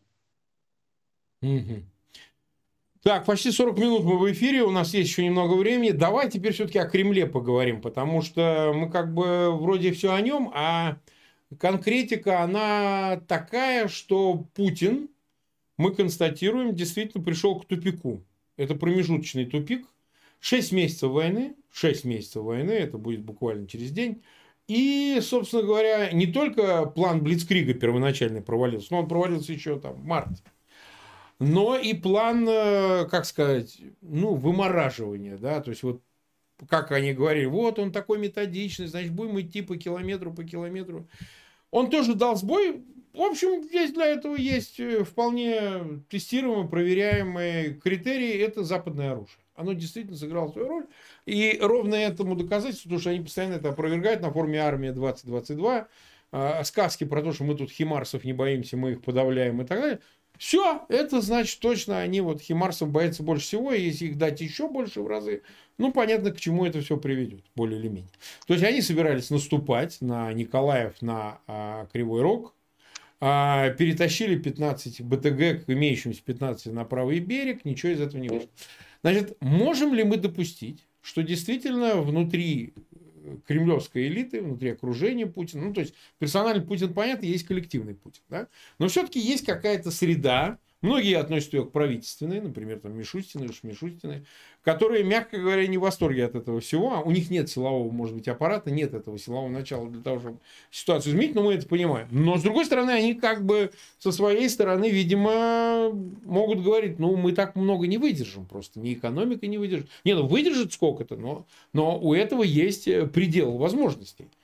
Угу. Так, почти сорок минут мы в эфире, у нас есть еще немного времени. Давай теперь все-таки о Кремле поговорим, потому что мы как бы вроде все о нем, а конкретика, она такая, что Путин, мы констатируем, действительно пришел к тупику. Это промежуточный тупик. Шесть месяцев войны, шесть месяцев войны, это будет буквально через день. И, собственно говоря, не только план Блицкрига первоначальный провалился, но он провалился еще там в марте. Но и план, как сказать, ну, вымораживания, да, то есть вот, как они говорили, вот он такой методичный, значит, будем идти по километру, по километру. Он тоже дал сбой. В общем, здесь для этого есть вполне тестируемые, проверяемые критерии. Это западное оружие. Оно действительно сыграло свою роль. И ровно этому доказательству, потому что они постоянно это опровергают на форуме «Армия двадцать двадцать два». Сказки про то, что мы тут химарсов не боимся, мы их подавляем и так далее. Все, это значит точно, они вот химарсов боятся больше всего, и если их дать еще больше в разы, ну, понятно, к чему это все приведет, более или менее. То есть, они собирались наступать на Николаев, на а, Кривой Рог, а, перетащили пятнадцать бэ тэ гэ к имеющимся пятнадцати на правый берег, ничего из этого не вышло. Значит, можем ли мы допустить, что действительно внутри кремлевской элиты, внутри окружения Путина, ну, то есть, персональный Путин, понятно, есть коллективный Путин, да? Но все-таки есть какая-то среда, многие относят ее к правительственной, например, там, Мишустины, Шмишустины, которые, мягко говоря, не в восторге от этого всего, у них нет силового, может быть, аппарата, нет этого силового начала для того, чтобы ситуацию изменить, но мы это понимаем. Но, с другой стороны, они как бы со своей стороны, видимо, могут говорить, ну, мы так много не выдержим просто, ни экономика не выдержит. Не, ну, выдержит сколько-то, но, но у этого есть предел возможностей.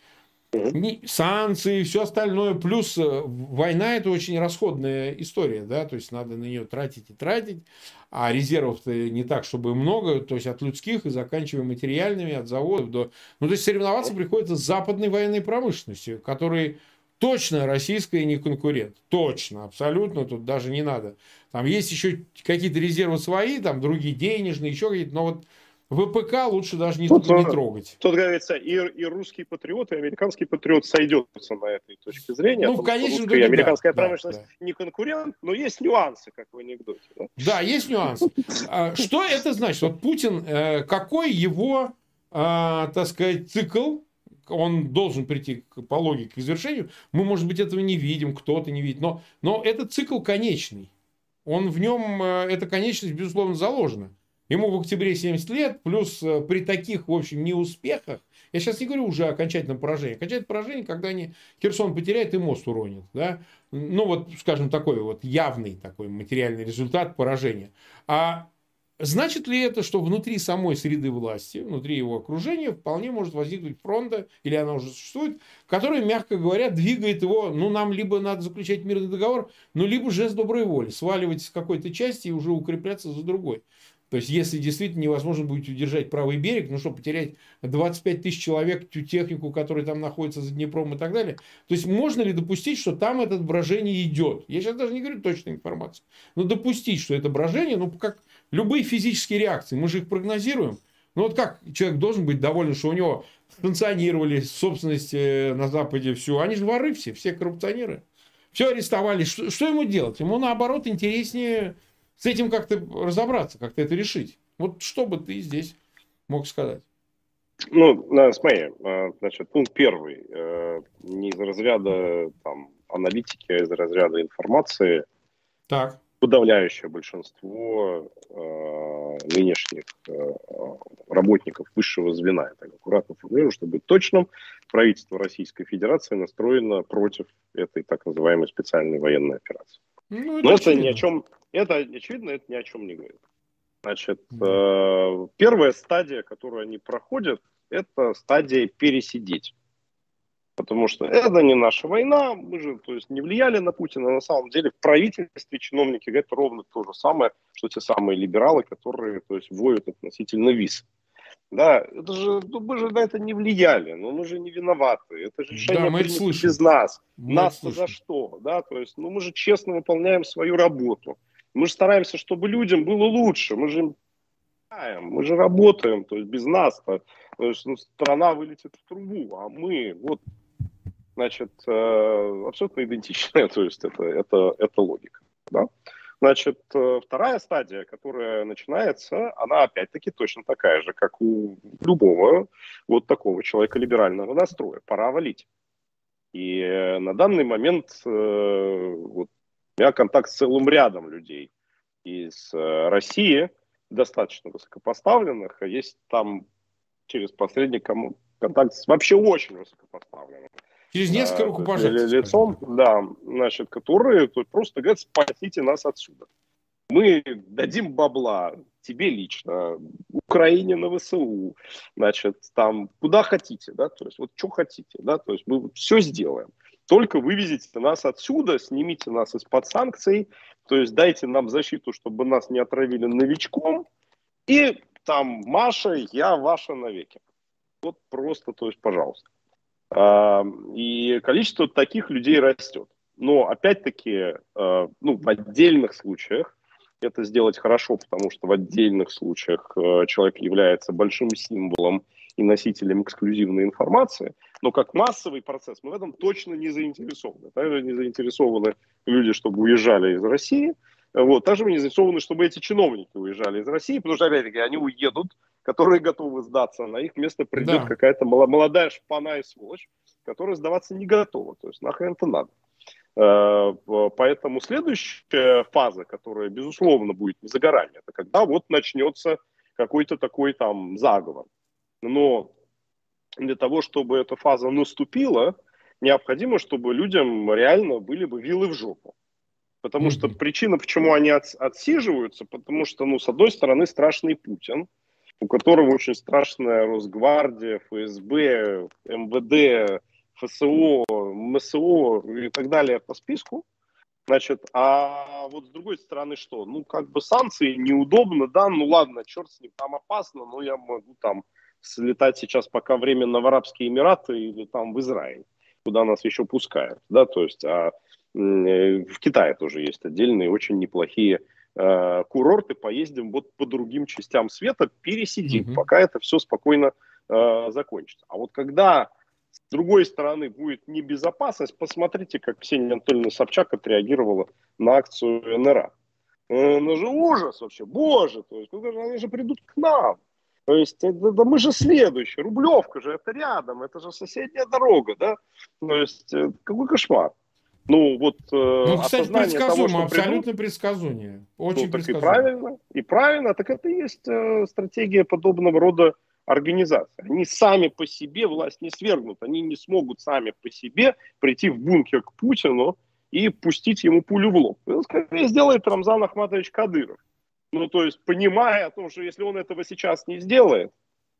Не- санкции, все остальное, плюс э, война это очень расходная история, да, то есть надо на нее тратить и тратить, а резервов-то не так, чтобы много, то есть от людских и заканчивая материальными, от заводов до... Ну, то есть соревноваться приходится с западной военной промышленностью, которой точно российская не конкурент, точно, абсолютно, тут даже не надо. Там есть еще какие-то резервы свои, там другие денежные, еще какие-то, но вот ВПК лучше даже не, Тут, не э, трогать. тут говорится, и, и русский патриот, и американский патриот сойдется на этой точке зрения, о Ну, в том, что конечном русская и итоге, да, американская да, промышленность да. не конкурент, но есть нюансы, как в анекдоте. Да? Да, есть нюансы. А, Что это значит? Вот Путин, э, какой его, а, так сказать, цикл, он должен прийти к- по логике к завершению. Мы, может быть, этого не видим, кто-то не видит, но, но этот цикл конечный. Он в нем, э, эта конечность, безусловно, заложена. Ему в октябре семьдесят лет, плюс э, при таких, в общем, неуспехах, я сейчас не говорю уже о окончательном поражении. Окончательное поражение, когда они Херсон потеряют и мост уронят. Да? Ну, вот, скажем, такой вот явный такой материальный результат поражения. А значит ли это, что внутри самой среды власти, внутри его окружения, вполне может возникнуть фронта, или она уже существует, которая, мягко говоря, двигает его, ну, нам либо надо заключать мирный договор, ну, либо жест доброй воли, сваливать с какой-то части и уже укрепляться за другой. То есть, если действительно невозможно будет удержать правый берег, ну что, потерять двадцать пять тысяч человек, ту технику, которая там находится за Днепром и так далее. То есть, можно ли допустить, что там это брожение идет? Я сейчас даже не говорю точной информации. Но допустить, что это брожение, ну, как любые физические реакции, мы же их прогнозируем. Ну, вот как человек должен быть доволен, что у него санкционировали собственность э, на Западе всю. Они же воры все, все коррупционеры. Все арестовали. Что, что ему делать? Ему, наоборот, интереснее с этим как-то разобраться, как-то это решить. Вот что бы ты здесь мог сказать? Ну, на- смотри, э, значит, пункт первый. э, Не из разряда там, аналитики, а из разряда информации. Так. Подавляющее большинство э, нынешних э, работников высшего звена, я так аккуратно формулирую, чтобы быть точным, правительство Российской Федерации настроено против этой так называемой специальной военной операции. Ну, это Но это ни о очевидно. чем, это очевидно, это ни о чем не говорит. Значит, Да. э, первая стадия, которую они проходят, это стадия пересидеть. Потому что это не наша война, мы же, то есть, не влияли на Путина. На самом деле в правительстве чиновники говорят ровно то же самое, что те самые либералы, которые, то есть, воют относительно ВИС. Да, это же, ну, мы же на это не влияли, но мы же не виноваты. Это же Да, решение мы это принято слышим. без нас. Мы это Нас-то за слышим. что? Да, то есть, ну, мы же честно выполняем свою работу. Мы же стараемся, чтобы людям было лучше. Мы же им помогаем, мы же работаем, то есть без нас-то, то есть, ну, страна вылетит в трубу, а мы вот, значит, э, абсолютно идентичная, то есть это, это, это логика. Да? Значит, э, вторая стадия, которая начинается, она опять-таки точно такая же, как у любого вот такого человека либерального настроя. Пора валить. И э, на данный момент э, вот, у меня контакт с целым рядом людей из э, России, достаточно высокопоставленных, а есть там через посредника контакт с вообще очень высокопоставленным Через несколько э, то есть, ли- рукопожатий, скажем лицом, так. да, значит, которые то есть, просто говорят, спасите нас отсюда. Мы дадим бабла тебе лично, Украине на ВСУ, значит, там, куда хотите, да, то есть, вот что хотите, да, то есть, мы все сделаем. Только вывезите нас отсюда, снимите нас из-под санкций, то есть, дайте нам защиту, чтобы нас не отравили новичком, и там, Маша, я ваша навеки. Вот просто, то есть, пожалуйста. А, И количество таких людей растет. Но опять-таки, э, ну, в отдельных случаях это сделать хорошо, потому что в отдельных случаях э, человек является большим символом и носителем эксклюзивной информации. Но как массовый процесс мы в этом точно не заинтересованы. Также не заинтересованы люди, чтобы уезжали из России. Вот. Также мы не заинтересованы, чтобы эти чиновники уезжали из России, потому что, опять-таки, они уедут, которые готовы сдаться, на их место придет Да. какая-то молодая шпана и сволочь, которая сдаваться не готова. То есть нахрен это надо. Поэтому следующая фаза, которая, безусловно, будет не за горами, это когда вот начнется какой-то такой там заговор. Но для того, чтобы эта фаза наступила, необходимо, чтобы людям реально были бы вилы в жопу. Потому что Мгм. причина, почему они от, отсиживаются, потому что, ну, с одной стороны, страшный Путин, у которого очень страшная Росгвардия, ФСБ, МВД, ФСО, МСО и так далее по списку. Значит, а вот с другой стороны что? Ну, как бы санкции неудобно, да, ну ладно, черт с ним, там опасно, но я могу там слетать сейчас пока временно в Арабские Эмираты или там в Израиль, куда нас еще пускают, да, то есть а, в Китае тоже есть отдельные очень неплохие э, курорты, поездим вот по другим частям света, пересидим, Мгм. пока это все спокойно э, закончится. А вот когда с другой стороны будет небезопасность, посмотрите, как Ксения Анатольевна Собчак отреагировала на акцию эн эр а. Ну же ужас вообще, боже, то есть, ну, они же придут к нам. То есть, это, да мы же следующие, Рублевка же, это рядом, это же соседняя дорога, да? То есть, какой кошмар. Ну, вот э, Ну, кстати, осознание того, предсказуемо, что придут, абсолютно предсказуемо. ну, Очень так и предсказуемо. правильно, и правильно, так это и есть э, стратегия подобного рода организаций. Они сами по себе власть не свергнут, они не смогут сами по себе прийти в бункер к Путину и пустить ему пулю в лоб. Это скорее сделает Рамзан Ахматович Кадыров. Ну, то есть, понимая о том, что если он этого сейчас не сделает,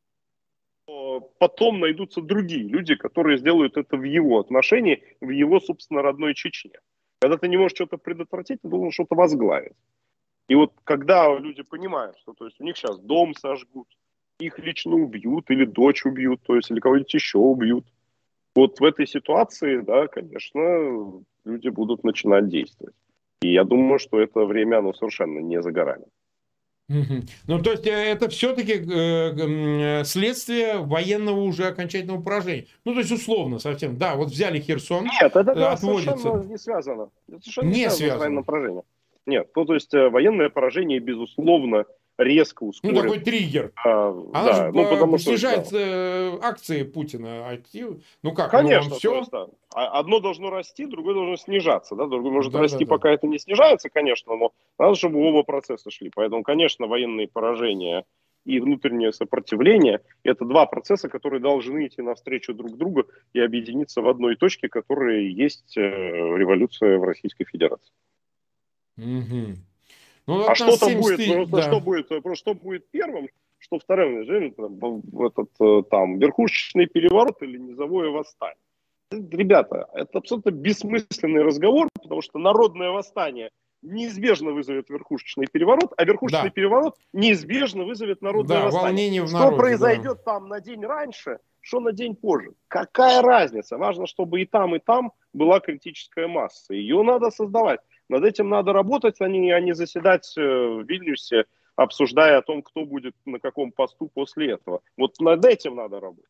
то потом найдутся другие люди, которые сделают это в его отношении, в его, собственно, родной Чечне. Когда ты не можешь что-то предотвратить, ты должен что-то возглавить. И вот когда люди понимают, что то есть у них сейчас дом сожгут, их лично убьют, или дочь убьют, то есть или кого-нибудь еще убьют, вот в этой ситуации, да, конечно, люди будут начинать действовать. И я думаю, что это время, оно совершенно не за горами. Мгм. Ну, то есть, э, это все-таки э, следствие военного уже окончательного поражения. Ну, то есть, условно совсем. Да, вот взяли Херсон, Нет, это э, да, отводится. совершенно не связано. Это совершенно не Не связано с военным связано. поражением. Нет, ну то есть э, военное поражение, безусловно, резко Ну, ускорит. такой триггер. а, Она же да, ну потому э, что, да. снижает э, акции Путина. Актив. Ну как, ну он Конечно, то все. есть, да. А- Одно должно расти, другое должно снижаться, да, другое может Да, да, расти, да. пока это не снижается, конечно, но надо, чтобы оба процесса шли. Поэтому, конечно, военные поражения и внутреннее сопротивление – это два процесса, которые должны идти навстречу друг другу и объединиться в одной точке, которая есть э, революция в Российской Федерации. Мгм. Ну, А вот что нас там семьдесят будет, тысяч, просто что да. будет, просто что будет первым, что вторым, этот э, там верхушечный переворот или низовое восстание? Ребята, это абсолютно бессмысленный разговор, потому что народное восстание неизбежно вызовет верхушечный переворот, а верхушечный Да, переворот неизбежно вызовет народное да, восстание. волнение в Что народе, да. произойдет там на день раньше, что на день позже? Какая разница? Важно, чтобы и там, и там была критическая масса. Ее надо создавать. Над этим надо работать, а не, а не заседать э, в Вильнюсе, обсуждая о том, кто будет на каком посту после этого. Вот над этим надо работать.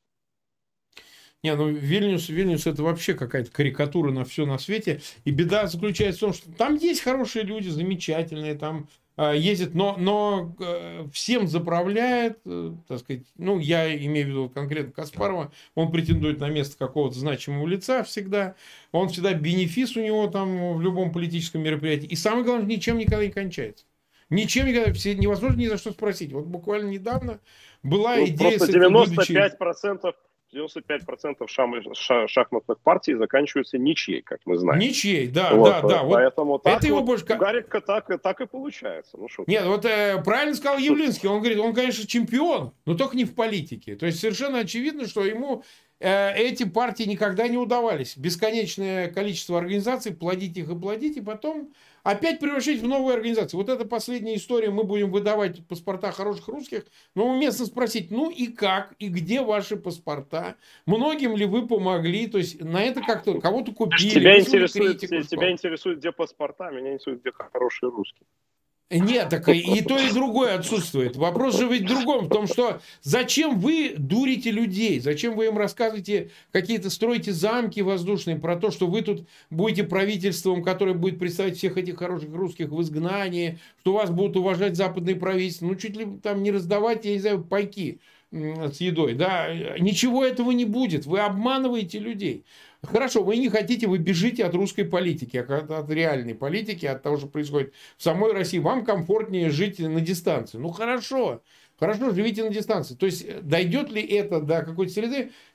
Не, ну Вильнюс, Вильнюс это вообще какая-то карикатура на все на свете. И беда заключается в том, что там есть хорошие люди, замечательные, там э, ездят, но, но э, всем заправляет, э, так сказать, ну, я имею в виду конкретно Каспарова, он претендует на место какого-то значимого лица всегда, он всегда бенефис у него там в любом политическом мероприятии. И самое главное, ничем никогда не кончается. Ничем никогда, все, невозможно ни за что спросить. Вот буквально недавно была Ну, идея просто с этой выдачей... девяносто пять процентов девяносто пять процентов шам- ша- шахматных партий заканчиваются ничьей, как мы знаем. Ничьей, да, Вот, да, да. Вот поэтому так это его вот больше... у Гарика так, и- так и получается. Ну, шо. Нет, вот э, правильно сказал Явлинский. Он говорит, он, конечно, чемпион, но только не в политике. То есть совершенно очевидно, что ему э, эти партии никогда не удавались. Бесконечное количество организаций, плодить их и плодить, и потом опять превращать в новые организации. Вот это последняя история. Мы будем выдавать паспорта хороших русских, но уместно спросить, ну и как, и где ваши паспорта? Многим ли вы помогли? То есть на это как-то кого-то купили, Тебя вызвали интересует, критику. тебя Что? интересует, где паспорта, меня интересует, где хорошие русские. Нет, так и то, и другое отсутствует. Вопрос же ведь в другом, в том, что зачем вы дурите людей, зачем вы им рассказываете какие-то, строите замки воздушные про то, что вы тут будете правительством, которое будет представить всех этих хороших русских в изгнании, что вас будут уважать западные правительства, ну чуть ли там не раздавать, я не знаю, пайки с едой, да, ничего этого не будет, вы обманываете людей. Хорошо, вы не хотите, вы бежите от русской политики, от, от реальной политики, от того, что происходит в самой России. Вам комфортнее жить на дистанции. Ну хорошо, хорошо, живите на дистанции. То есть дойдет ли это до какой-то среды?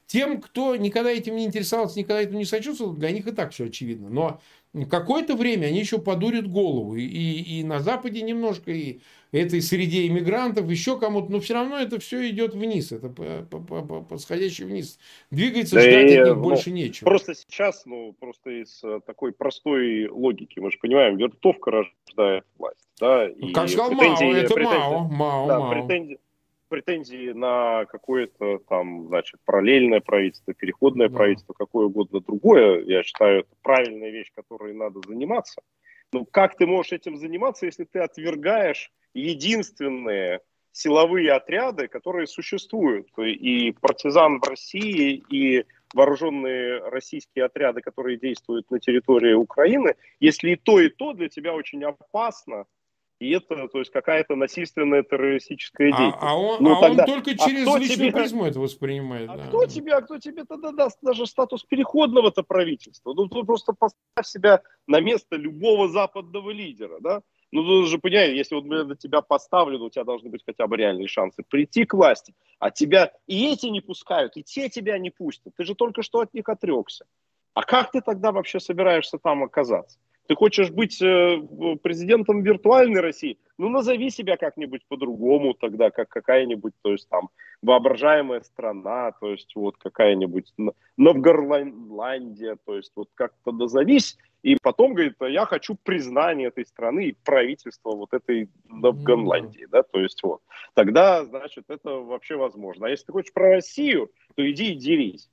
Тем, кто никогда этим не интересовался, никогда этим не сочувствовал, для них и так все очевидно. Но какое-то время они еще подурят голову. И, и на Западе немножко, и этой среде иммигрантов, еще кому-то. Но все равно это все идет вниз. Это по, по, по, по, по сходящей вниз. Двигается, да ждать и, от них ну, больше нечего. Просто сейчас, ну, просто из такой простой логики, мы же понимаем, вертовка рождает власть. Да, и как сказал претензии, Мао, это претензии, Мао, Мао, да, Мао. Претензии, претензии на какое-то там, значит, параллельное правительство, переходное да. правительство, какое угодно другое, я считаю, это правильная вещь, которой надо заниматься. Но как ты можешь этим заниматься, если ты отвергаешь единственные силовые отряды, которые существуют, и партизан в России, и вооруженные российские отряды, которые действуют на территории Украины, если и то, и то для тебя очень опасно, и это, то есть, какая-то насильственная террористическая деятельность. А, а, он, ну, а тогда, он только а через личную тебе, призму это воспринимает. А да. кто тебе, а кто тебе тогда даст даже статус переходного-то правительства? Ну, ты просто поставь себя на место любого западного лидера, да? Ну, ты же понимаешь, если вот на тебя поставлено, у тебя должны быть хотя бы реальные шансы прийти к власти, а тебя и эти не пускают, и те тебя не пустят. Ты же только что от них отрекся. А как ты тогда вообще собираешься там оказаться? Ты хочешь быть э, президентом виртуальной России? Ну, назови себя как-нибудь по-другому тогда, как какая-нибудь, то есть там воображаемая страна, то есть вот какая-нибудь Новгорландия, то есть вот как-то назовись, и потом говорит, я хочу признания этой страны и правительства вот этой Новгорландии, да, то есть вот. Тогда, значит, это вообще возможно. А если ты хочешь про Россию, то иди и дерись.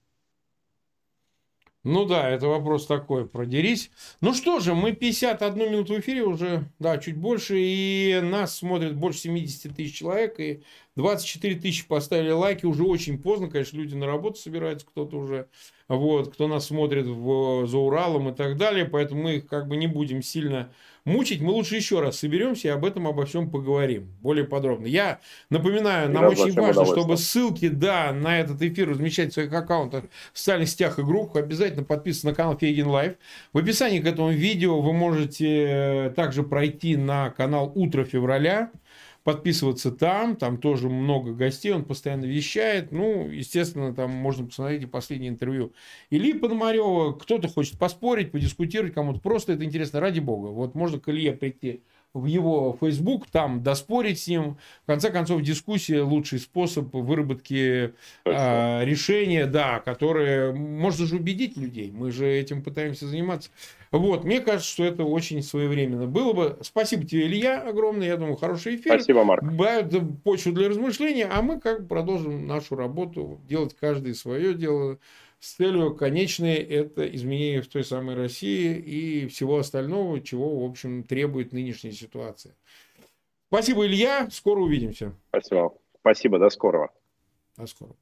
Ну да, это вопрос такой, продерись. Ну что же, мы пятьдесят одну минуту в эфире уже, да, чуть больше, и нас смотрит больше семьдесят тысяч человек, и двадцать четыре тысячи поставили лайки, уже очень поздно, конечно, люди на работу собираются, кто-то уже, вот, кто нас смотрит в, за Уралом и так далее, поэтому мы их как бы не будем сильно мучить, мы лучше еще раз соберемся и об этом, обо всем поговорим более подробно. Я напоминаю, нам очень важно, чтобы ссылки, да, на этот эфир размещать в своих аккаунтах в социальных сетях и группах, обязательно подписываться на канал Фейгин Лайв. В описании к этому видео вы можете также пройти на канал Утро февраля, подписываться там, там тоже много гостей, он постоянно вещает, ну, естественно, там можно посмотреть и последнее интервью Ильи Пономарева, кто-то хочет поспорить, подискутировать, кому-то просто это интересно, ради бога, вот можно к Илье прийти в его Facebook, там доспорить с ним, в конце концов, дискуссия лучший способ выработки э, решения, да, которое можно же убедить людей, мы же этим пытаемся заниматься. Вот, мне кажется, что это очень своевременно было бы. Спасибо тебе, Илья, огромное. Я думаю, хороший эфир. Спасибо, Марк. Дают почву для размышления, а мы как бы продолжим нашу работу, делать каждый свое дело с целью конечной это изменение в той самой России и всего остального, чего, в общем, требует нынешняя ситуация. Спасибо, Илья. Скоро увидимся. Спасибо. Спасибо. До скорого. До скорого.